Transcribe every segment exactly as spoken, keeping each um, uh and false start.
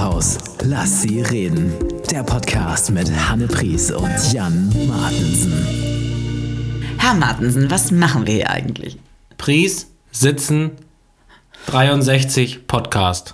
Mittelhaus. Lass sie reden. Der Podcast mit Hanne Pries und Jan Martensen. Herr Martensen, was machen wir hier eigentlich? Pries, Sitzen, dreiundsechzig, Podcast.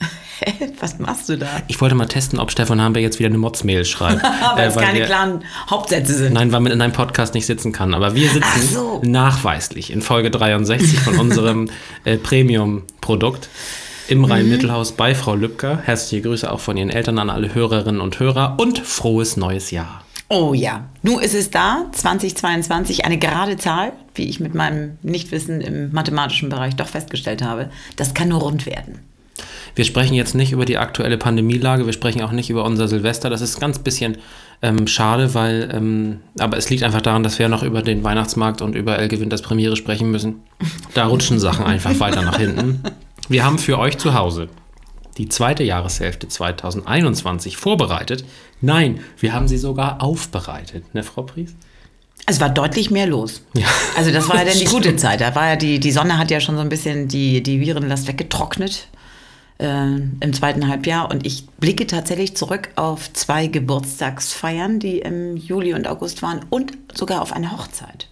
Was machst du da? Ich wollte mal testen, ob Stefan Hamber jetzt wieder eine Mods-Mail schreibt. weil es äh, weil keine wir, klaren Hauptsätze sind. Nein, weil man in einem Podcast nicht sitzen kann. Aber wir sitzen so. nachweislich in Folge dreiundsechzig von unserem äh, Premium-Produkt im Rhein-Mittelhaus bei Frau Lübcker. Herzliche Grüße auch von Ihren Eltern an alle Hörerinnen und Hörer und frohes neues Jahr. Oh ja, nun ist es da, zweitausendzweiundzwanzig, eine gerade Zahl, wie ich mit meinem Nichtwissen im mathematischen Bereich doch festgestellt habe. Das kann nur rund werden. Wir sprechen jetzt nicht über die aktuelle Pandemielage, wir sprechen auch nicht über unser Silvester. Das ist ein ganz bisschen ähm, schade, weil, ähm, aber es liegt einfach daran, dass wir noch über den Weihnachtsmarkt und über Elke Winter's Premiere sprechen müssen. Da rutschen Sachen einfach weiter nach hinten. Wir haben für euch zu Hause die zweite Jahreshälfte zweitausendeinundzwanzig vorbereitet. Nein, wir haben sie sogar aufbereitet, ne, Frau Pries? Es war deutlich mehr los. Ja. Also das war ja dann die gute Zeit. Da war ja die, die Sonne hat ja schon so ein bisschen die, die Virenlast weggetrocknet äh, im zweiten Halbjahr. Und ich blicke tatsächlich zurück auf zwei Geburtstagsfeiern, die im Juli und August waren und sogar auf eine Hochzeit.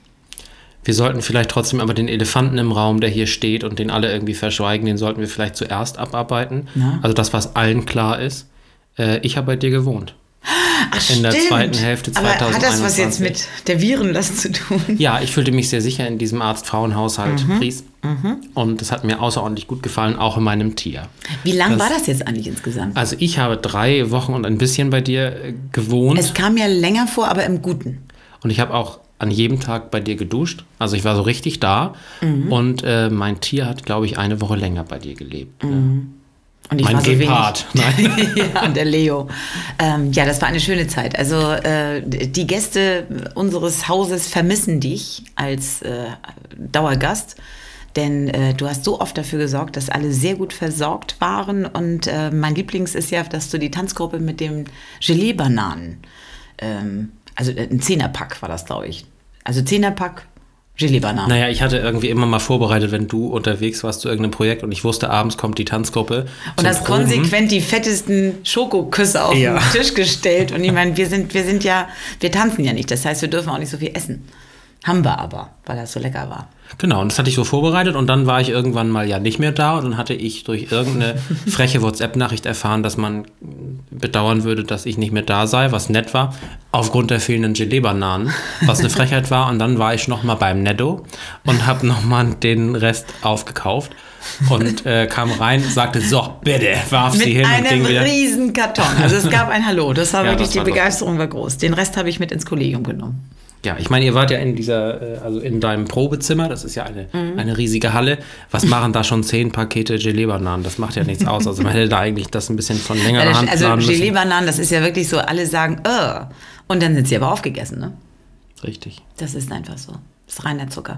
Wir sollten vielleicht trotzdem aber den Elefanten im Raum, der hier steht und den alle irgendwie verschweigen, den sollten wir vielleicht zuerst abarbeiten. Ja. Also das, was allen klar ist. Äh, ich habe bei dir gewohnt. Ach, in der stimmt. zweiten Hälfte zweitausendeinundzwanzig. Aber hat das was jetzt mit der Virenlast zu tun? Ja, ich fühlte mich sehr sicher in diesem Arzt-Frauen-Haushalt mhm. Pries. Mhm. Und das hat mir außerordentlich gut gefallen, auch in meinem Tier. Wie lang das, war das jetzt eigentlich insgesamt? Also ich habe drei Wochen und ein bisschen bei dir äh, gewohnt. Es kam mir länger vor, aber im Guten. Und ich habe auch an jedem Tag bei dir geduscht. Also ich war so richtig da. Mhm. Und äh, mein Tier hat, glaube ich, eine Woche länger bei dir gelebt. Mhm. Ne? Und ich mein war so Gepard. Wenig. Ja, der Leo. Ähm, ja, das war eine schöne Zeit. Also äh, die Gäste unseres Hauses vermissen dich als äh, Dauergast. Denn äh, du hast so oft dafür gesorgt, dass alle sehr gut versorgt waren. Und äh, mein Lieblings ist ja, dass du die Tanzgruppe mit dem Gelee-Bananen, ähm, also ein Zehnerpack war das, glaube ich. Also Zehnerpack Gelee-Bananen. Naja, ich hatte irgendwie immer mal vorbereitet, wenn du unterwegs warst zu irgendeinem Projekt und ich wusste, abends kommt die Tanzgruppe. Und hast Proben. konsequent die fettesten Schokoküsse auf ja. den Tisch gestellt. Und ich meine, wir sind, wir sind ja, wir tanzen ja nicht. Das heißt, wir dürfen auch nicht so viel essen. Haben wir aber, weil das so lecker war. Genau, und das hatte ich so vorbereitet und dann war ich irgendwann mal ja nicht mehr da und dann hatte ich durch irgendeine freche WhatsApp-Nachricht erfahren, dass man bedauern würde, dass ich nicht mehr da sei, was nett war, aufgrund der fehlenden Gelee-Bananen, was eine Frechheit war. Und dann war ich nochmal beim Netto und habe nochmal den Rest aufgekauft und äh, kam rein, sagte, so, bitte, warf sie hin und ging wieder. Mit einem riesen Karton. Also es gab ein Hallo, das war ja, wirklich, das die war Begeisterung war groß. Den Rest habe ich mit ins Kollegium genommen. Ja, ich meine, ihr wart ja in dieser, also in deinem Probezimmer, das ist ja eine, mhm. eine riesige Halle. Was machen da schon zehn Pakete Gelee-Bananen? Das macht ja nichts aus. Also man hätte da eigentlich das ein bisschen von längerer ja, Hand also planen müssen. Gelee-Bananen, das ist ja wirklich so, alle sagen, äh, und dann sind sie aber aufgegessen, ne? Richtig. Das ist einfach so. Das ist reiner Zucker.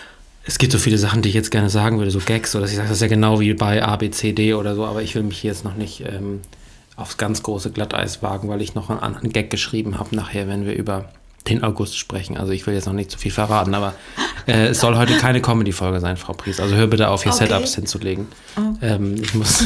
Es gibt so viele Sachen, die ich jetzt gerne sagen würde, so Gags, oder dass ich sage, das ist ja genau wie bei A, B, C, D oder so, aber ich will mich hier jetzt noch nicht ähm, aufs ganz große Glatteis wagen, weil ich noch einen anderen Gag geschrieben habe nachher, wenn wir über den August sprechen. Also ich will jetzt noch nicht zu viel verraten, aber äh, es soll heute keine Comedy-Folge sein, Frau Pries. Also hör bitte auf, hier okay. Setups hinzulegen. Oh. Ähm, ich muss...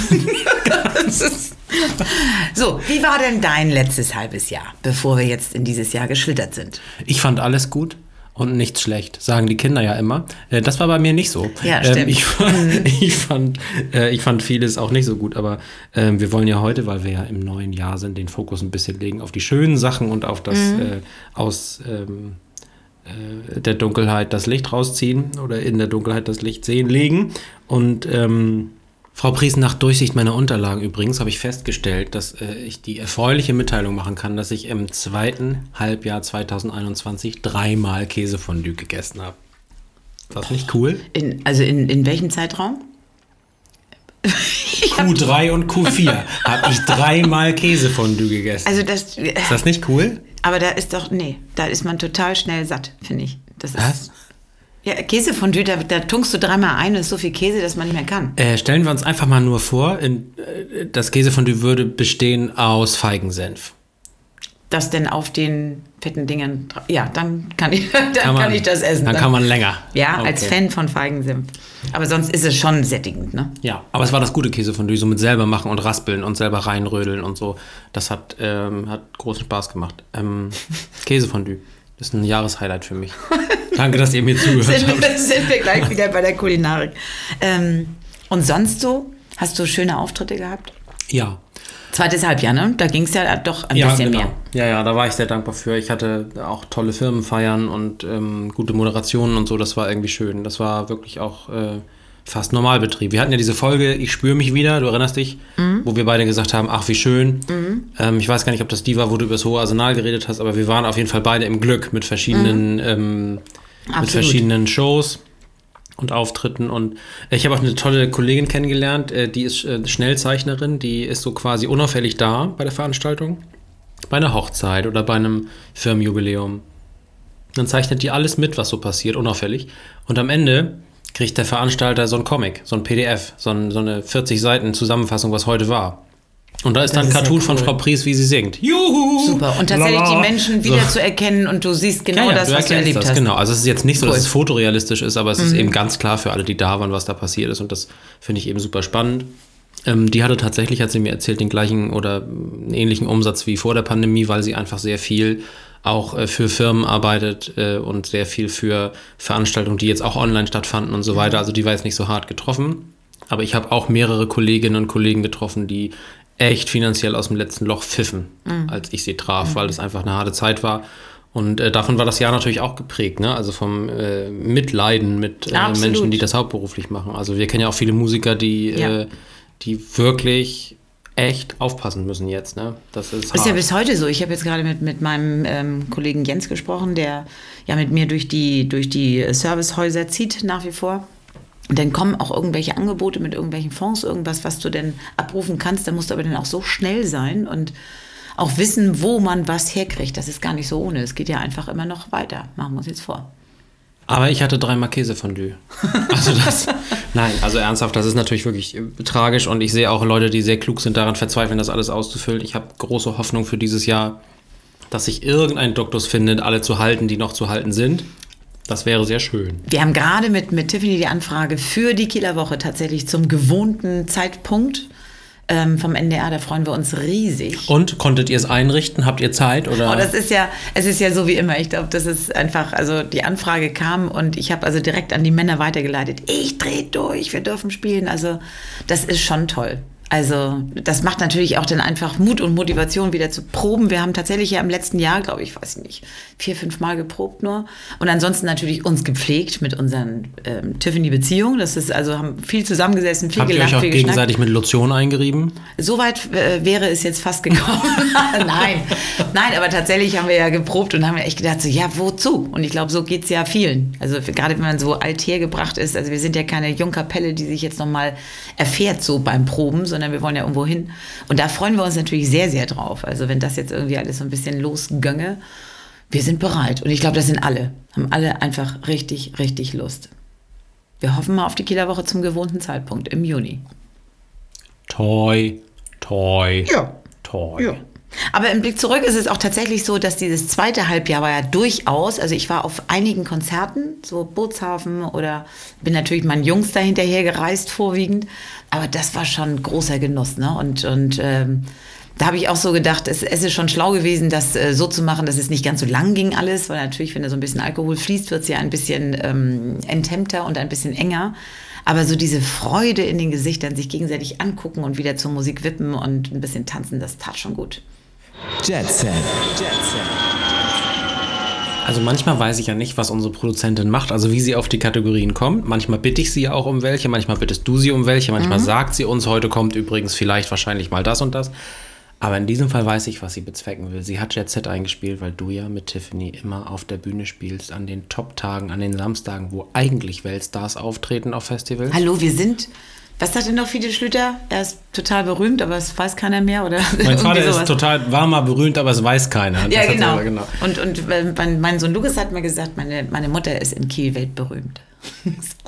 So, wie war denn dein letztes halbes Jahr, bevor wir jetzt in dieses Jahr geschlittert sind? Ich fand alles gut und nichts schlecht, sagen die Kinder ja immer. Äh, das war bei mir nicht so. Ja, stimmt. Ähm, ich, ich, fand, äh, ich fand vieles auch nicht so gut, aber äh, wir wollen ja heute, weil wir ja im neuen Jahr sind, den Fokus ein bisschen legen auf die schönen Sachen und auf das mhm. äh, aus ähm, äh, der Dunkelheit das Licht rausziehen oder in der Dunkelheit das Licht sehen legen. Und ähm, Frau Pries, nach Durchsicht meiner Unterlagen übrigens habe ich festgestellt, dass äh, ich die erfreuliche Mitteilung machen kann, dass ich im zweiten Halbjahr zweitausendeinundzwanzig dreimal Käsefondue gegessen habe. Ist das nicht cool? In, also in, in welchem Zeitraum? Q drei und Q vier habe ich dreimal Käsefondue gegessen. Also das, äh, ist das nicht cool? Aber da ist doch, nee, da ist man total schnell satt, finde ich. Das ist, Was? Ja, Käsefondue, da, da tunkst du dreimal ein und ist so viel Käse, dass man nicht mehr kann. Äh, stellen wir uns einfach mal nur vor, in, äh, das Käsefondue würde bestehen aus Feigensenf. das denn auf den fetten Dingen, ja, dann kann ich, dann kann, man, kann ich das essen. Dann, dann kann man länger. Ja, okay. Als Fan von Feigensenf. Aber sonst ist es schon sättigend, ne? Ja, aber es war das gute Käsefondue, so mit selber machen und raspeln und selber reinrödeln und so. Das hat, ähm, hat großen Spaß gemacht. Ähm, Käsefondue ist ein Jahreshighlight für mich. Danke, dass ihr mir zugehört sind, habt. wir, sind wir gleich wieder bei der Kulinarik. Ähm, und sonst so? Hast du schöne Auftritte gehabt? Ja. Zweites Halbjahr, ne? Da ging es ja doch ein ja, bisschen genau. mehr. Ja, ja, da war ich sehr dankbar für. Ich hatte auch tolle Firmenfeiern und ähm, gute Moderationen und so. Das war irgendwie schön. Das war wirklich auch äh, fast Normalbetrieb. Wir hatten ja diese Folge Ich spüre mich wieder, du erinnerst dich, mhm. wo wir beide gesagt haben, ach, wie schön. Mhm. Ähm, ich weiß gar nicht, ob das die war, wo du über das hohe Arsenal geredet hast, aber wir waren auf jeden Fall beide im Glück mit verschiedenen, mhm. ähm, mit verschiedenen Shows und Auftritten. Und ich habe auch eine tolle Kollegin kennengelernt, die ist Schnellzeichnerin, die ist so quasi unauffällig da bei der Veranstaltung, bei einer Hochzeit oder bei einem Firmenjubiläum. Dann zeichnet die alles mit, was so passiert, unauffällig. Und am Ende kriegt der Veranstalter so ein Comic, so ein P D F, so, ein, so eine vierzig Seiten Zusammenfassung, was heute war. Und da ist das dann ein Cartoon ja cool. von Frau Pries, wie sie singt. Juhu! Super. Und tatsächlich Lala. Die Menschen wieder so. zu erkennen und du siehst genau ja, ja, das, du was du erlebt das, hast. Genau. Also es ist jetzt nicht so, cool. dass es fotorealistisch ist, aber es mhm. ist eben ganz klar für alle, die da waren, was da passiert ist. Und das finde ich eben super spannend. Ähm, die hatte tatsächlich, hat sie mir erzählt, den gleichen oder einen ähnlichen Umsatz wie vor der Pandemie, weil sie einfach sehr viel auch äh, für Firmen arbeitet äh, und sehr viel für Veranstaltungen, die jetzt auch online stattfanden und so weiter. Also die war jetzt nicht so hart getroffen. Aber ich habe auch mehrere Kolleginnen und Kollegen getroffen, die echt finanziell aus dem letzten Loch pfiffen, mhm. als ich sie traf, mhm. weil es einfach eine harte Zeit war. Und äh, davon war das Jahr natürlich auch geprägt, ne? Also vom äh, Mitleiden mit äh, Menschen, die das hauptberuflich machen. Also wir kennen ja auch viele Musiker, die, ja. äh, die wirklich echt aufpassen müssen jetzt, ne? Das ist, ist ja bis heute so. Ich habe jetzt gerade mit, mit meinem ähm, Kollegen Jens gesprochen, der ja mit mir durch die, durch die Servicehäuser zieht nach wie vor. Und dann kommen auch irgendwelche Angebote mit irgendwelchen Fonds, irgendwas, was du denn abrufen kannst. Da musst du aber dann auch so schnell sein und auch wissen, wo man was herkriegt. Das ist gar nicht so ohne. Es geht ja einfach immer noch weiter. Machen wir uns jetzt vor. Aber ich hatte dreimal Käsefondue. Also das, nein, also ernsthaft, das ist natürlich wirklich äh, tragisch. Und ich sehe auch Leute, die sehr klug sind, daran verzweifeln, das alles auszufüllen. Ich habe große Hoffnung für dieses Jahr, dass sich irgendein Duktus findet, alle zu halten, die noch zu halten sind. Das wäre sehr schön. Wir haben gerade mit, mit Tiffany die Anfrage für die Kieler Woche tatsächlich zum gewohnten Zeitpunkt ähm, vom N D R. Da freuen wir uns riesig. Und konntet ihr es einrichten? Habt ihr Zeit? Oder? Oh, das ist ja, es ist ja so wie immer. Ich glaube, das ist einfach, also die Anfrage kam und ich habe also direkt an die Männer weitergeleitet. Ich drehe durch, wir dürfen spielen. Also das ist schon toll. Also das macht natürlich auch dann einfach Mut und Motivation, wieder zu proben. Wir haben tatsächlich ja im letzten Jahr, glaube ich, weiß ich nicht, vier, fünf Mal geprobt nur. Und ansonsten natürlich uns gepflegt mit unseren ähm, Tiffany-Beziehungen. Das ist also, haben viel zusammengesessen, viel Habt gelacht, ihr euch auch viel gegenseitig mit Lotion eingerieben? Soweit äh, wäre es jetzt fast gekommen. Nein, nein, aber tatsächlich haben wir ja geprobt und haben ja echt gedacht, so, ja, wozu? Und ich glaube, so geht es ja vielen. Also für, gerade wenn man so althergebracht ist, also wir sind ja keine Jungkapelle, die sich jetzt nochmal erfährt so beim Proben, sondern wir wollen ja irgendwo hin. Und da freuen wir uns natürlich sehr, sehr drauf. Also wenn das jetzt irgendwie alles so ein bisschen losgönge, wir sind bereit. Und ich glaube, das sind alle. Haben alle einfach richtig, richtig Lust. Wir hoffen mal auf die Kieler Woche zum gewohnten Zeitpunkt im Juni. Toi, toi, ja. toi. Ja. Aber im Blick zurück ist es auch tatsächlich so, dass dieses zweite Halbjahr war ja durchaus, also ich war auf einigen Konzerten, so Bootshafen oder bin natürlich meinen Jungs da hinterher gereist vorwiegend, aber das war schon ein großer Genuss, ne? Und, und ähm, da habe ich auch so gedacht, es, es ist schon schlau gewesen, das äh, so zu machen, dass es nicht ganz so lang ging alles, weil natürlich, wenn da so ein bisschen Alkohol fließt, wird es ja ein bisschen ähm, enthemmter und ein bisschen enger. Aber so diese Freude in den Gesichtern, sich gegenseitig angucken und wieder zur Musik wippen und ein bisschen tanzen, das tat schon gut. Jet Set. Also manchmal weiß ich ja nicht, was unsere Produzentin macht, also wie sie auf die Kategorien kommt. Manchmal bitte ich sie auch um welche, manchmal bittest du sie um welche, manchmal mhm. sagt sie uns, heute kommt übrigens vielleicht wahrscheinlich mal das und das. Aber in diesem Fall weiß ich, was sie bezwecken will. Sie hat Jet Set eingespielt, weil du ja mit Tiffany immer auf der Bühne spielst, an den Top-Tagen, an den Samstagen, wo eigentlich Weltstars auftreten auf Festivals. Hallo, wir sind... Was sagt denn noch Fiete Schlüter? Er ist total berühmt, aber es weiß keiner mehr, oder? Mein Vater ist total, war mal berühmt, aber es weiß keiner. Ja, genau. genau. Und, und mein, mein Sohn Lukas hat mal gesagt, meine, meine Mutter ist in Kiel weltberühmt.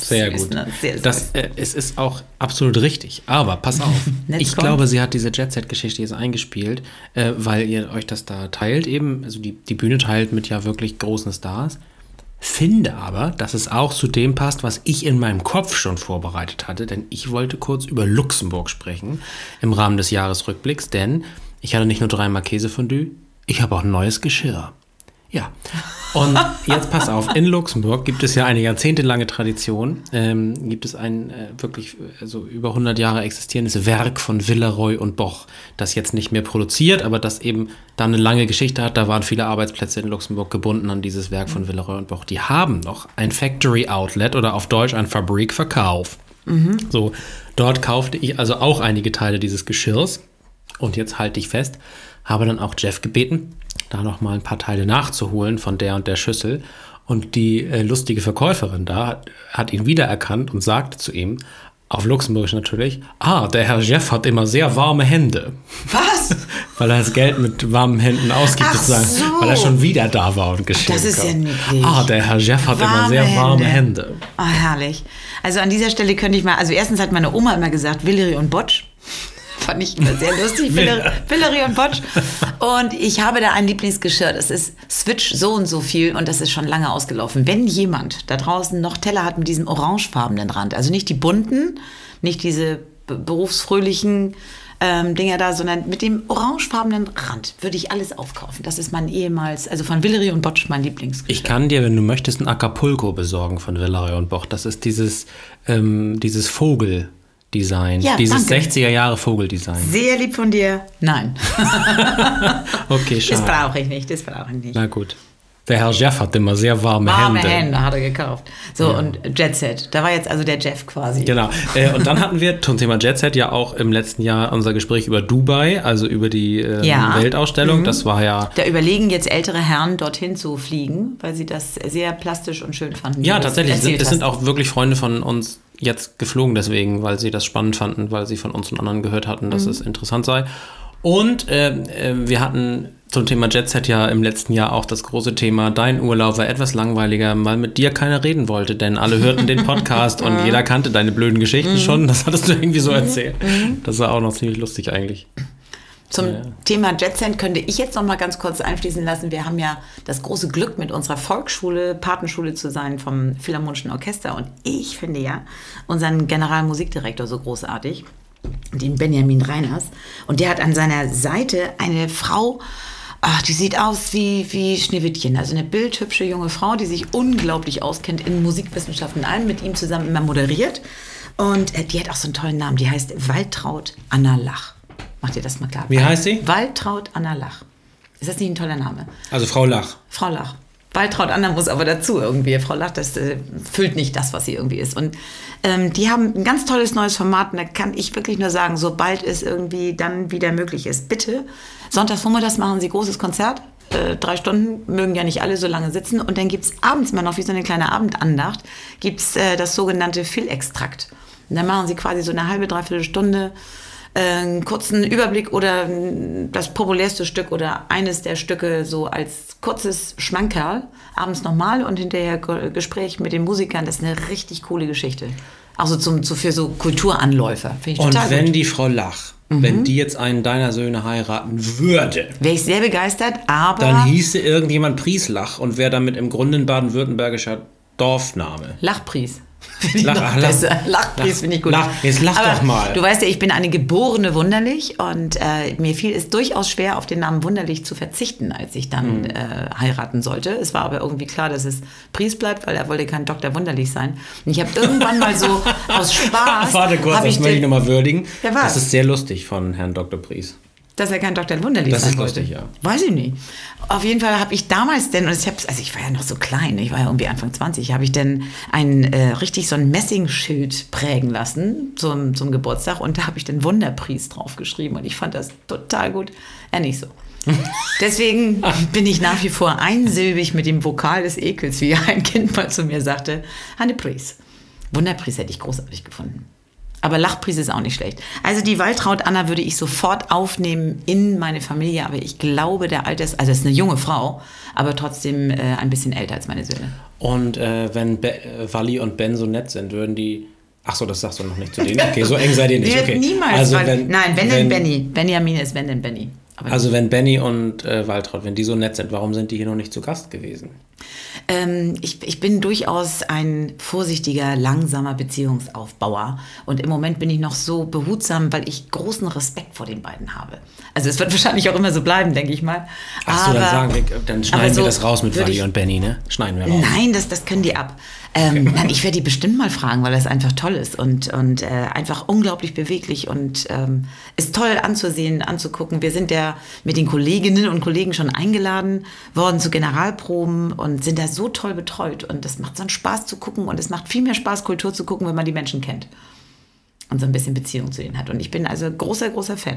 Sehr süß, gut. Ne? Sehr das, äh, es ist auch absolut richtig. Aber pass auf, ich glaube, sie hat diese Jet-Set-Geschichte jetzt eingespielt, äh, weil ihr euch das da teilt eben, also die, die Bühne teilt mit ja wirklich großen Stars. Finde aber, dass es auch zu dem passt, was ich in meinem Kopf schon vorbereitet hatte, denn ich wollte kurz über Luxemburg sprechen im Rahmen des Jahresrückblicks, denn ich hatte nicht nur dreimal Käsefondue, ich habe auch neues Geschirr. Ja, und jetzt pass auf, in Luxemburg gibt es ja eine jahrzehntelange Tradition, ähm, gibt es ein äh, wirklich also über hundert Jahre existierendes Werk von Villeroy und Boch, das jetzt nicht mehr produziert, aber das eben dann eine lange Geschichte hat. Da waren viele Arbeitsplätze in Luxemburg gebunden an dieses Werk von Villeroy und Boch. Die haben noch ein Factory Outlet oder auf Deutsch ein Fabrikverkauf. Mhm. So, dort kaufte ich also auch einige Teile dieses Geschirrs und jetzt halte ich fest, habe dann auch Jeff gebeten, da noch mal ein paar Teile nachzuholen von der und der Schüssel. Und die äh, lustige Verkäuferin da hat, hat ihn wiedererkannt und sagte zu ihm, auf Luxemburgisch natürlich, ah, der Herr Jeff hat immer sehr warme Hände. Was? Weil er das Geld mit warmen Händen ausgibt, Ach sozusagen, so. weil er schon wieder da war und geschenkt Das ist ja niedlich. Ah, der Herr Jeff hat Warme immer sehr warme Hände. Hände. Ah, herrlich. Also an dieser Stelle könnte ich mal, also erstens hat meine Oma immer gesagt, Villeroy und Boch. Fand ich immer sehr lustig, Villeroy und Boch. Und ich habe da ein Lieblingsgeschirr, das ist Switch so und so viel und das ist schon lange ausgelaufen. Wenn jemand da draußen noch Teller hat mit diesem orangefarbenen Rand, also nicht die bunten, nicht diese be- berufsfröhlichen ähm, Dinger da, sondern mit dem orangefarbenen Rand würde ich alles aufkaufen. Das ist mein ehemals, also von Villeroy und Boch mein Lieblingsgeschirr. Ich kann dir, wenn du möchtest, ein Acapulco besorgen von Villeroy und Boch. Das ist dieses, ähm, dieses Vogel. Design, Ja, dieses danke. sechziger Jahre Vogeldesign. Sehr lieb von dir. Nein. Okay, Das schade. brauche ich nicht, das brauche ich nicht. Na gut. Der Herr Jeff hat immer sehr warme, Warme Hände. Hände hat er gekauft. So, ja. Und Jet Set. Da war jetzt also der Jeff quasi. Genau. Äh, und dann hatten wir zum Thema Jet Set ja auch im letzten Jahr unser Gespräch über Dubai, also über die äh, Ja. Weltausstellung. Mhm. Das war ja... Da überlegen jetzt ältere Herren, dorthin zu fliegen, weil sie das sehr plastisch und schön fanden. Ja, wie du tatsächlich. erzählt Es sind hast. auch wirklich Freunde von uns jetzt geflogen deswegen, weil sie das spannend fanden, weil sie von uns und anderen gehört hatten, dass Mhm. es interessant sei. Und äh, äh, wir hatten zum Thema Jet Set ja im letzten Jahr auch das große Thema, dein Urlaub war etwas langweiliger, weil mit dir keiner reden wollte, denn alle hörten den Podcast und jeder kannte deine blöden Geschichten schon. Das hattest du irgendwie so erzählt. Das war auch noch ziemlich lustig eigentlich. Zum Ja. Thema Jet Set könnte ich jetzt noch mal ganz kurz einfließen lassen. Wir haben ja das große Glück, mit unserer Volksschule, Patenschule zu sein vom Philharmonischen Orchester. Und ich finde ja unseren Generalmusikdirektor so großartig, den Benjamin Reiners. Und der hat an seiner Seite eine Frau, ach, die sieht aus wie, wie Schneewittchen. Also eine bildhübsche junge Frau, die sich unglaublich auskennt in Musikwissenschaften, allen mit ihm zusammen immer moderiert. Und äh, die hat auch so einen tollen Namen. Die heißt Waltraud Anna Lach. Macht ihr das mal klar? Wie heißt sie? Waltraud Anna Lach. Ist das nicht ein toller Name? Also Frau Lach. Frau Lach. Waltraud Anna muss aber dazu irgendwie. Frau Lach, das äh, füllt nicht das, was sie irgendwie ist. Und ähm, die haben ein ganz tolles neues Format. Und da kann ich wirklich nur sagen, sobald es irgendwie dann wieder möglich ist, bitte. Sonntagsvormittags machen sie großes Konzert. Äh, drei Stunden, mögen ja nicht alle so lange sitzen. Und dann gibt es abends immer noch, wie so eine kleine Abendandacht, gibt es äh, das sogenannte Phil-Extrakt. Und dann machen sie quasi so eine halbe, dreiviertel Stunde einen kurzen Überblick oder das populärste Stück oder eines der Stücke so als kurzes Schmankerl, abends nochmal und hinterher G- Gespräch mit den Musikern. Das ist eine richtig coole Geschichte. Also zum, zu, für so Kulturanläufer. Finde ich Und total wenn gut. die Frau Lach, wenn die jetzt einen deiner Söhne heiraten würde, Wäre ich sehr begeistert, aber dann hieße irgendjemand Prieslach und wäre damit im Grunde ein baden-württembergischer Dorfname. Lachpries. Finde ich Lach- noch ach, Lach- besser. Lachpries finde ich gut. Lach- jetzt lach Aber doch mal. Du weißt ja, ich bin eine geborene Wunderlich und äh, mir fiel es durchaus schwer, auf den Namen Wunderlich zu verzichten, als ich dann Mhm. äh, heiraten sollte. Es war aber irgendwie klar, dass es Pries bleibt, weil er wollte kein Doktor Wunderlich sein. Und ich habe irgendwann mal so aus Spaß... Warte kurz, hab das ich möchte ich den- nochmal würdigen. Ja, was? Das ist sehr lustig von Herrn Doktor Pries. Dass er kein Doktor Wunderlich Das sein ist wollte. lustig, ja. Weiß ich nicht. Auf jeden Fall habe ich damals denn, und ich hab's, also ich war ja noch so klein, ich war ja irgendwie Anfang zwanzig, habe ich dann ein äh, richtig so ein Messingschild prägen lassen zum, zum Geburtstag und da habe ich den Wunderpries draufgeschrieben und ich fand das total gut. Er nicht so. Deswegen bin ich nach wie vor einsilbig mit dem Vokal des Ekels, wie ein Kind mal zu mir sagte, Hanne Pries. Wunderpries hätte ich großartig gefunden. Aber Lachprise ist auch nicht schlecht. Also die Waltraud Anna würde ich sofort aufnehmen in meine Familie, aber ich glaube, der Alters, also es ist eine junge Frau, aber trotzdem äh, ein bisschen älter als meine Söhne. Und äh, wenn Be- Wally und Ben so nett sind, würden die... Ach so, das sagst du noch nicht zu denen. Okay, so eng seid ihr nicht. Okay. Niemals. Also weil, wenn, nein, wenn, wenn denn Benny. Benjamin ist wenn denn Benny. Aber also wenn Benny und äh, Waltraud, wenn die so nett sind, warum sind die hier noch nicht zu Gast gewesen? Ähm, ich, ich bin durchaus ein vorsichtiger, langsamer Beziehungsaufbauer. Und im Moment bin ich noch so behutsam, weil ich großen Respekt vor den beiden habe. Also es wird wahrscheinlich auch immer so bleiben, denke ich mal. Ach so, aber, dann sagen wir, dann schneiden so wir das raus mit Wally ich, und Benny, ne? Schneiden wir raus. Nein, das, das können die ab. Ähm, okay. Nein, ich werde die bestimmt mal fragen, weil das einfach toll ist und, und äh, einfach unglaublich beweglich und ähm, ist toll anzusehen, anzugucken. Wir sind ja mit den Kolleginnen und Kollegen schon eingeladen worden zu Generalproben und sind da so toll betreut. Und das macht so einen Spaß zu gucken und es macht viel mehr Spaß, Kultur zu gucken, wenn man die Menschen kennt und so ein bisschen Beziehung zu ihnen hat. Und ich bin also großer, großer Fan.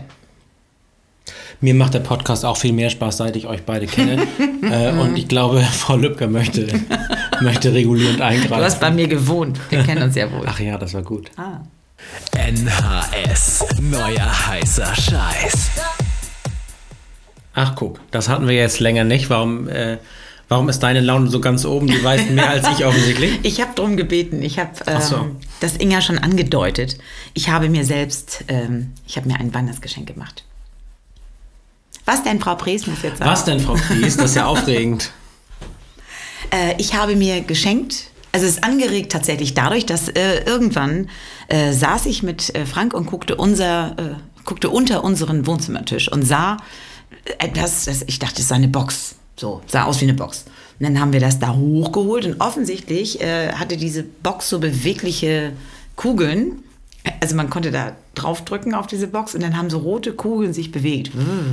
Mir macht der Podcast auch viel mehr Spaß, seit ich euch beide kenne. äh, und ich glaube, Frau Lübcker möchte, möchte regulierend eingreifen. Du hast bei mir gewohnt. Wir kennen uns ja wohl. Ach ja, das war gut. Ah. N H S, neuer heißer Scheiß. Ach guck, das hatten wir jetzt länger nicht. Warum, äh, warum ist deine Laune so ganz oben? Du weißt mehr als ich offensichtlich. Ich habe darum gebeten. Ich habe ähm, so. das Inga schon angedeutet. Ich habe mir selbst, ähm, ich habe mir ein Weihnachtsgeschenk gemacht. Was denn, Frau Pries, muss jetzt sagen? Was denn, Frau Pries? Das ist ja aufregend. Äh, ich habe mir geschenkt, also es ist angeregt tatsächlich dadurch, dass äh, irgendwann äh, saß ich mit äh, Frank und guckte, unser, äh, guckte unter unseren Wohnzimmertisch und sah etwas, das, ich dachte, es sei eine Box. So, sah aus wie eine Box. Und dann haben wir das da hochgeholt und offensichtlich äh, hatte diese Box so bewegliche Kugeln. Also man konnte da draufdrücken auf diese Box und dann haben so rote Kugeln sich bewegt.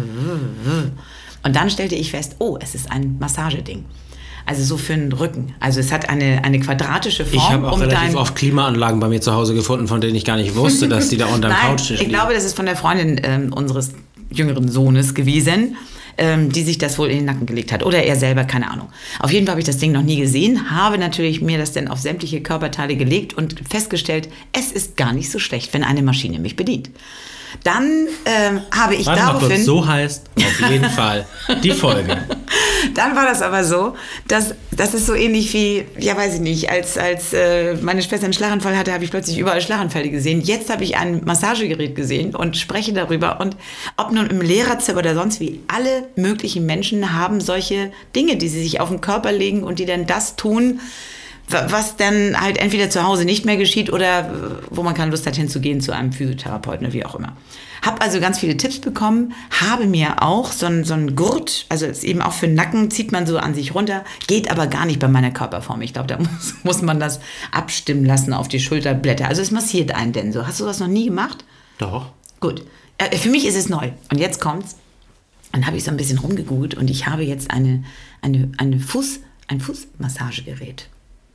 Und dann stellte ich fest, oh, es ist ein Massageding. Also so für den Rücken. Also es hat eine, eine quadratische Form. Ich habe auch um relativ dein... oft Klimaanlagen bei mir zu Hause gefunden, von denen ich gar nicht wusste, dass die da unter dem Nein, Couchtisch liegen. ich glaube, das ist von der Freundin ähm, unseres jüngeren Sohnes gewesen, ähm, die sich das wohl in den Nacken gelegt hat. Oder er selber, keine Ahnung. Auf jeden Fall habe ich das Ding noch nie gesehen, habe natürlich mir das dann auf sämtliche Körperteile gelegt und festgestellt, es ist gar nicht so schlecht, wenn eine Maschine mich bedient. Dann ähm, habe ich Warte daraufhin... mal kurz, so heißt auf jeden Fall die Folge. Dann war das aber so, dass das ist so ähnlich wie, ja weiß ich nicht, als, als äh, meine Schwester einen Schlaganfall hatte, habe ich plötzlich überall Schlaganfälle gesehen. Jetzt habe ich ein Massagegerät gesehen und spreche darüber. Und ob nun im Lehrerzimmer oder sonst wie, alle möglichen Menschen haben solche Dinge, die sie sich auf den Körper legen und die dann das tun, was dann halt entweder zu Hause nicht mehr geschieht oder wo man keine Lust hat hinzugehen zu einem Physiotherapeuten oder wie auch immer. Habe also ganz viele Tipps bekommen, habe mir auch so einen so einen Gurt, also ist eben auch für den Nacken, zieht man so an sich runter, geht aber gar nicht bei meiner Körperform. Ich glaube, da muss, muss man das abstimmen lassen auf die Schulterblätter. Also es massiert einen denn so. Hast du das noch nie gemacht? Doch. Gut. Äh, für mich ist es neu. Und jetzt kommt's. Dann habe ich so ein bisschen rumgegoogelt und ich habe jetzt eine, eine, eine Fuß, ein Fußmassagegerät.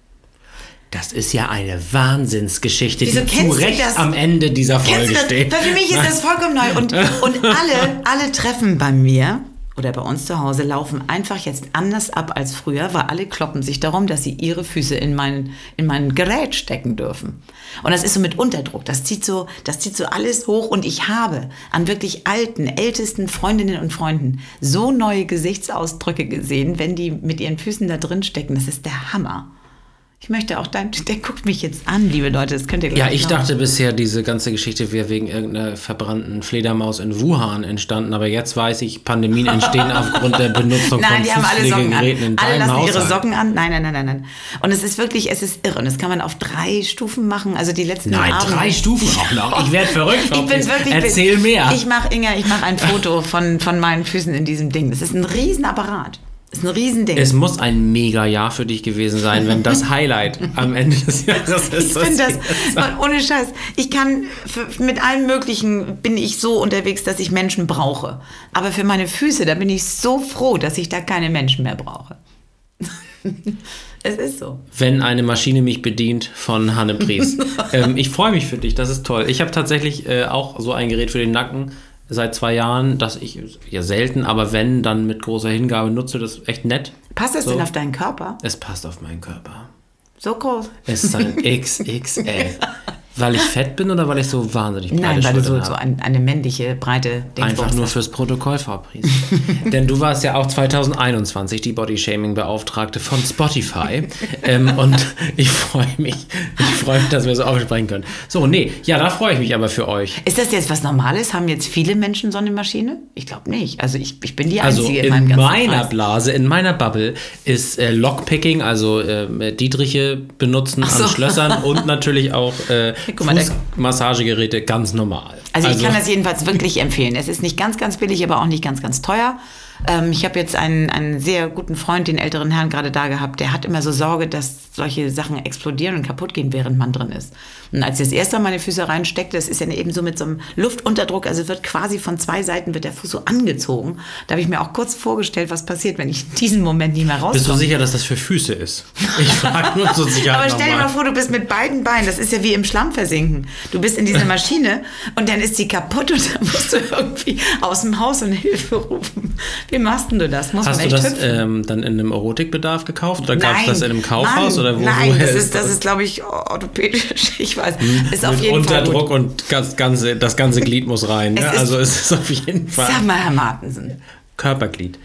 Das ist ja eine Wahnsinnsgeschichte, Wieso die zu Recht das? am Ende dieser Folge das? steht. Weil für mich ist das vollkommen neu. Und, und alle, alle Treffen bei mir oder bei uns zu Hause laufen einfach jetzt anders ab als früher, weil alle kloppen sich darum, dass sie ihre Füße in mein, in mein Gerät stecken dürfen. Und das ist so mit Unterdruck. Das zieht so, das zieht so alles hoch. Und ich habe an wirklich alten, ältesten Freundinnen und Freunden so neue Gesichtsausdrücke gesehen, wenn die mit ihren Füßen da drin stecken. Das ist der Hammer. Ich möchte auch dein, der guckt mich jetzt an, liebe Leute, das könnt ihr gleich Ja, ich glauben. dachte bisher, diese ganze Geschichte wäre wegen irgendeiner verbrannten Fledermaus in Wuhan entstanden, aber jetzt weiß ich, Pandemien entstehen aufgrund der Benutzung Nein, von die haben alle Socken an. Fußpflegegeräten in Alle deinem lassen Haushalt. ihre Socken an. Nein, nein, nein, nein, nein. Und es ist wirklich, es ist irre. Und das kann man auf drei Stufen machen. Also die letzten Nein, Abende. drei Stufen auch noch. Ich werde verrückt. Ich bin wirklich, Erzähl bin, mehr. Ich mache, Inga, ich mache ein Foto von, von meinen Füßen in diesem Ding. Das ist ein Riesenapparat. Das ist ein Riesending. Es muss ein mega Jahr für dich gewesen sein, wenn das Highlight am Ende des Jahres ist. Ich finde das, ohne Scheiß, ich kann, für, mit allem Möglichen bin ich so unterwegs, dass ich Menschen brauche. Aber für meine Füße, da bin ich so froh, dass ich da keine Menschen mehr brauche. Es ist so. Wenn eine Maschine mich bedient von Hanne Pries. ähm, ich freue mich für dich, das ist toll. Ich habe tatsächlich äh, auch so ein Gerät für den Nacken seit zwei Jahren, das ich ja selten, aber wenn, dann mit großer Hingabe nutze, das ist echt nett. Passt das so. denn auf deinen Körper? Es passt auf meinen Körper. So groß? Es ist ein X X L. Weil ich fett bin oder weil ich so wahnsinnig breite Nein, weil du so, Schultern so habe? ein, eine männliche, breite Denkwurst Einfach nur hast. fürs Protokoll, Frau Pries. Denn du warst ja auch zwanzig einundzwanzig die Body-Shaming-Beauftragte von Spotify. ähm, und ich freue mich, ich freue mich, dass wir so aufsprechen können. So, nee, ja, da freue ich mich aber für euch. Ist das jetzt was Normales? Haben jetzt viele Menschen so eine Maschine? Ich glaube nicht. Also ich, ich bin die Also Einzige in, meinem ganzen meiner Kreis. Blase, in meiner Bubble ist äh, Lockpicking, also äh, Dietriche benutzen Ach so. an Schlössern und natürlich auch äh, Guck mal, der- Fußmassagegeräte ganz normal. Also ich kann das jedenfalls wirklich empfehlen. Es ist nicht ganz, ganz billig, aber auch nicht ganz, ganz teuer. Ähm, ich habe jetzt einen, einen sehr guten Freund, den älteren Herrn, gerade da gehabt. Der hat immer so Sorge, dass solche Sachen explodieren und kaputt gehen, während man drin ist. Und als ich das erste Mal meine Füße reinsteckte, das ist ja eben so mit so einem Luftunterdruck, also wird quasi von zwei Seiten wird der Fuß so angezogen. Da habe ich mir auch kurz vorgestellt, was passiert, wenn ich in diesem Moment nicht mehr rauskomme. Bist du sicher, dass das für Füße ist? Ich frage nur zur Sicherheit Aber stell dir nochmal. mal vor, du bist mit beiden Beinen, das ist ja wie im Schlamm versinken. Du bist in dieser Maschine und dann ist die kaputt und dann musst du irgendwie aus dem Haus und Hilfe rufen. Wie machst denn du das? Muss Hast man du echt das hüpfen? ähm, dann in einem Erotikbedarf gekauft oder gab es Nein, das in einem Kaufhaus? Mann, oder wo, nein, woher das ist, das ist glaube ich, orthopädisch. Ich weiß. Ist auf mit jeden Fall Unterdruck gut. und das ganze, das ganze Glied muss rein. Es Ne? ist- Also es ist auf jeden Fall Sag mal, Herr Martensen. Körperglied.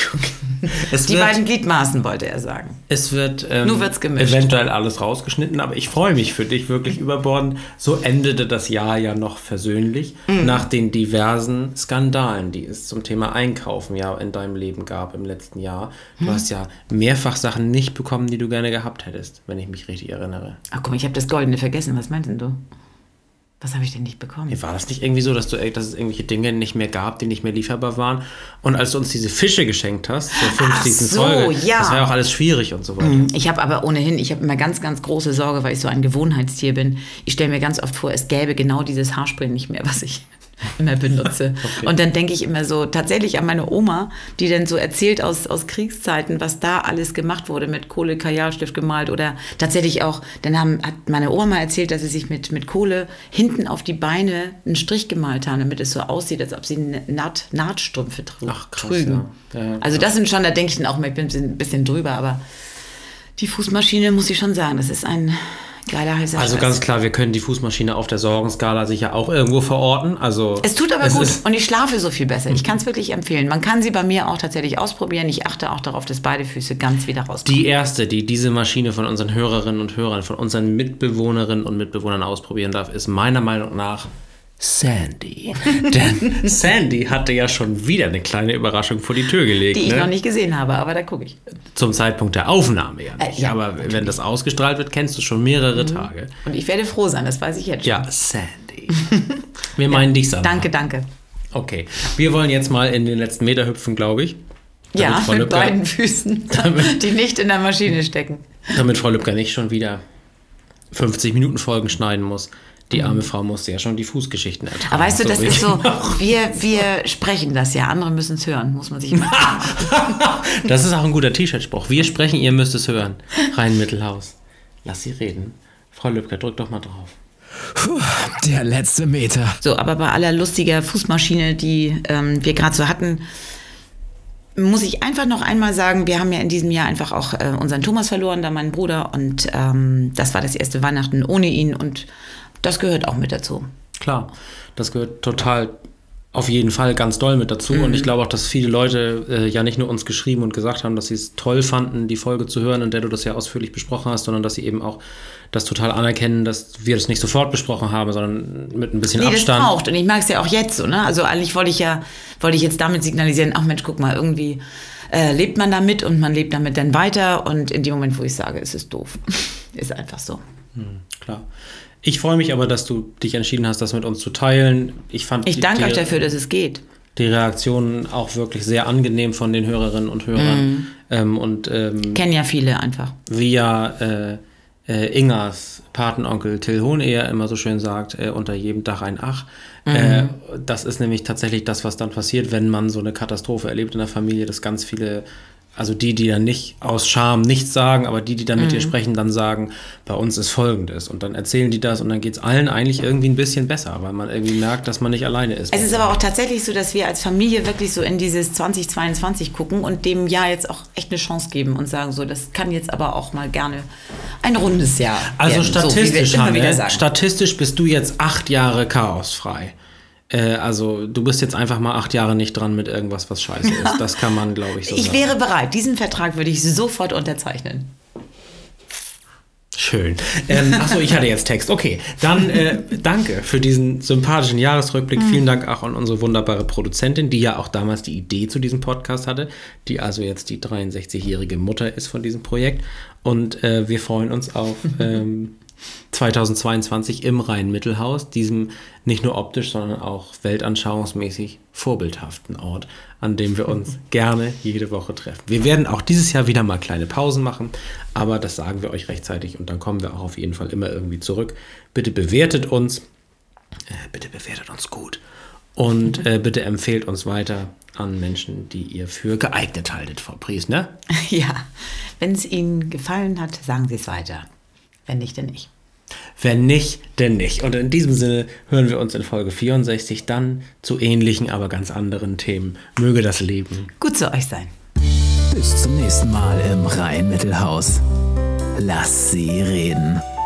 Es Die wird, beiden Gliedmaßen wollte er sagen. es wird ähm, Nur wird's gemischt. eventuell alles rausgeschnitten, aber ich freue mich für dich wirklich überbordend. So endete das Jahr ja noch versöhnlich Mhm. nach den diversen Skandalen, die es zum Thema Einkaufen ja in deinem Leben gab im letzten Jahr. Du Mhm. hast ja mehrfach Sachen nicht bekommen, die du gerne gehabt hättest, wenn ich mich richtig erinnere. Ach komm, ich habe das Goldene vergessen. Was meinst denn du? Was habe ich denn nicht bekommen? War das nicht irgendwie so, dass, du, dass es irgendwelche Dinge nicht mehr gab, die nicht mehr lieferbar waren? Und als du uns diese Fische geschenkt hast, zur fünfzigsten so, Folge, ja. das war ja auch alles schwierig und so weiter. Ich habe aber ohnehin, ich habe immer ganz, ganz große Sorge, weil ich so ein Gewohnheitstier bin. Ich stelle mir ganz oft vor, es gäbe genau dieses Haarspray nicht mehr, was ich immer benutze. Okay. Und dann denke ich immer so tatsächlich an meine Oma, die dann so erzählt aus, aus Kriegszeiten, was da alles gemacht wurde, mit Kohle, Kajalstift gemalt oder tatsächlich auch, dann haben, hat meine Oma mal erzählt, dass sie sich mit, mit Kohle hinten auf die Beine einen Strich gemalt haben, damit es so aussieht, als ob sie Naht, Nahtstrümpfe trü Ach, krass, trügen. ja. Ja, also das sind schon, da denke ich dann auch mal, ich bin ein bisschen, ein bisschen drüber, aber die Fußmaschine, muss ich schon sagen, das ist ein geiler heißer Also Scheiß. ganz klar, wir können die Fußmaschine auf der Sorgenskala sicher auch irgendwo verorten. Also Es tut aber es gut ist- und ich schlafe so viel besser. Ich kann es wirklich empfehlen. Man kann sie bei mir auch tatsächlich ausprobieren. Ich achte auch darauf, dass beide Füße ganz wieder rauskommen. Die erste, die diese Maschine von unseren Hörerinnen und Hörern, von unseren Mitbewohnerinnen und Mitbewohnern ausprobieren darf, ist meiner Meinung nach Sandy. Denn Sandy hatte ja schon wieder eine kleine Überraschung vor die Tür gelegt. Die ich ne? noch nicht gesehen habe, aber da gucke ich. Zum Zeitpunkt der Aufnahme ja nicht. Äh, ja, Aber wenn das ausgestrahlt wird, kennst du schon mehrere Tage. Und ich werde froh sein, das weiß ich jetzt schon. Ja, Sandy. Wir meinen dich, Sandra. Danke, danke. Okay, wir wollen jetzt mal in den letzten Meter hüpfen, glaube ich. Damit Ja, Frau mit Lübcker- beiden Füßen, die nicht in der Maschine stecken. Damit Frau Lübcker nicht schon wieder fünfzig Minuten Folgen schneiden muss. Die arme Frau musste ja schon die Fußgeschichten ertragen. Aber weißt du, das wie ist so, ich auch. wir, wir sprechen das ja, andere müssen es hören, muss man sich immer klar machen. Das ist auch ein guter T-Shirt-Spruch. Wir sprechen, ihr müsst es hören. Rhein Mittelhaus. Lass sie reden. Frau Lübcker, drück doch mal drauf. Puh, der letzte Meter. So, aber bei aller lustiger Fußmaschine, die ähm, wir gerade so hatten, muss ich einfach noch einmal sagen, wir haben ja in diesem Jahr einfach auch äh, unseren Thomas verloren, da meinen Bruder. Und ähm, das war das erste Weihnachten ohne ihn und das gehört auch mit dazu. Klar, das gehört total auf jeden Fall ganz doll mit dazu. Mhm. Und ich glaube auch, dass viele Leute äh, ja nicht nur uns geschrieben und gesagt haben, dass sie es toll fanden, die Folge zu hören, in der du das ja ausführlich besprochen hast, sondern dass sie eben auch das total anerkennen, dass wir das nicht sofort besprochen haben, sondern mit ein bisschen Nee, das Abstand. braucht. Und ich mag es ja auch jetzt so, ne? Also eigentlich wollte ich ja, wollte ich jetzt damit signalisieren, ach Mensch, guck mal, irgendwie äh, lebt man damit und man lebt damit dann weiter. Und in dem Moment, wo ich sage, es ist doof, ist einfach so. Hm, klar. Ich freue mich aber, dass du dich entschieden hast, das mit uns zu teilen. Ich fand Ich die- danke die, euch dafür, dass es geht. die Reaktionen auch wirklich sehr angenehm von den Hörerinnen und Hörern. Mhm. Ähm, und ähm, Kennen ja viele einfach. via äh, äh, Ingers Patenonkel Till Hohneher immer so schön sagt, äh, unter jedem Dach ein Ach. Mhm. Äh, das ist nämlich tatsächlich das, was dann passiert, wenn man so eine Katastrophe erlebt in der Familie, dass ganz viele Also die, die dann nicht aus Scham nichts sagen, aber die, die dann mit mhm. dir sprechen, dann sagen, bei uns ist Folgendes. Und dann erzählen die das und dann geht es allen eigentlich irgendwie ein bisschen besser, weil man irgendwie merkt, dass man nicht alleine ist. Es ist aber auch tatsächlich so, dass wir als Familie wirklich so in dieses zwanzig zweiundzwanzig gucken und dem Jahr jetzt auch echt eine Chance geben und sagen so, das kann jetzt aber auch mal gerne ein rundes Jahr also werden. Statistisch, so, Hanne, statistisch bist du jetzt acht Jahre chaosfrei. Äh, also du bist jetzt einfach mal acht Jahre nicht dran mit irgendwas, was scheiße ist. Das kann man, glaube ich, so ich sagen. Ich wäre bereit. Diesen Vertrag würde ich sofort unterzeichnen. Schön. Ähm, achso, ich hatte jetzt Text. Okay, dann äh, danke für diesen sympathischen Jahresrückblick. Mhm. Vielen Dank auch an unsere wunderbare Produzentin, die ja auch damals die Idee zu diesem Podcast hatte, die also jetzt die dreiundsechzigjährige Mutter ist von diesem Projekt. Und äh, wir freuen uns auf ähm, zweitausendzweiundzwanzig im Rhein-Mittelhaus, diesem nicht nur optisch, sondern auch weltanschauungsmäßig vorbildhaften Ort, an dem wir uns gerne jede Woche treffen. Wir werden auch dieses Jahr wieder mal kleine Pausen machen, aber das sagen wir euch rechtzeitig und dann kommen wir auch auf jeden Fall immer irgendwie zurück. Bitte bewertet uns, äh, bitte bewertet uns gut und äh, bitte empfehlt uns weiter an Menschen, die ihr für geeignet haltet, Frau Pries, ne? Ja, wenn es Ihnen gefallen hat, sagen Sie es weiter. Wenn nicht, denn nicht. Wenn nicht, denn nicht. Und in diesem Sinne hören wir uns in Folge vierundsechzig dann zu ähnlichen, aber ganz anderen Themen. Möge das Leben gut zu euch sein. Bis zum nächsten Mal im Rhein-Mittelhaus. Lass sie reden.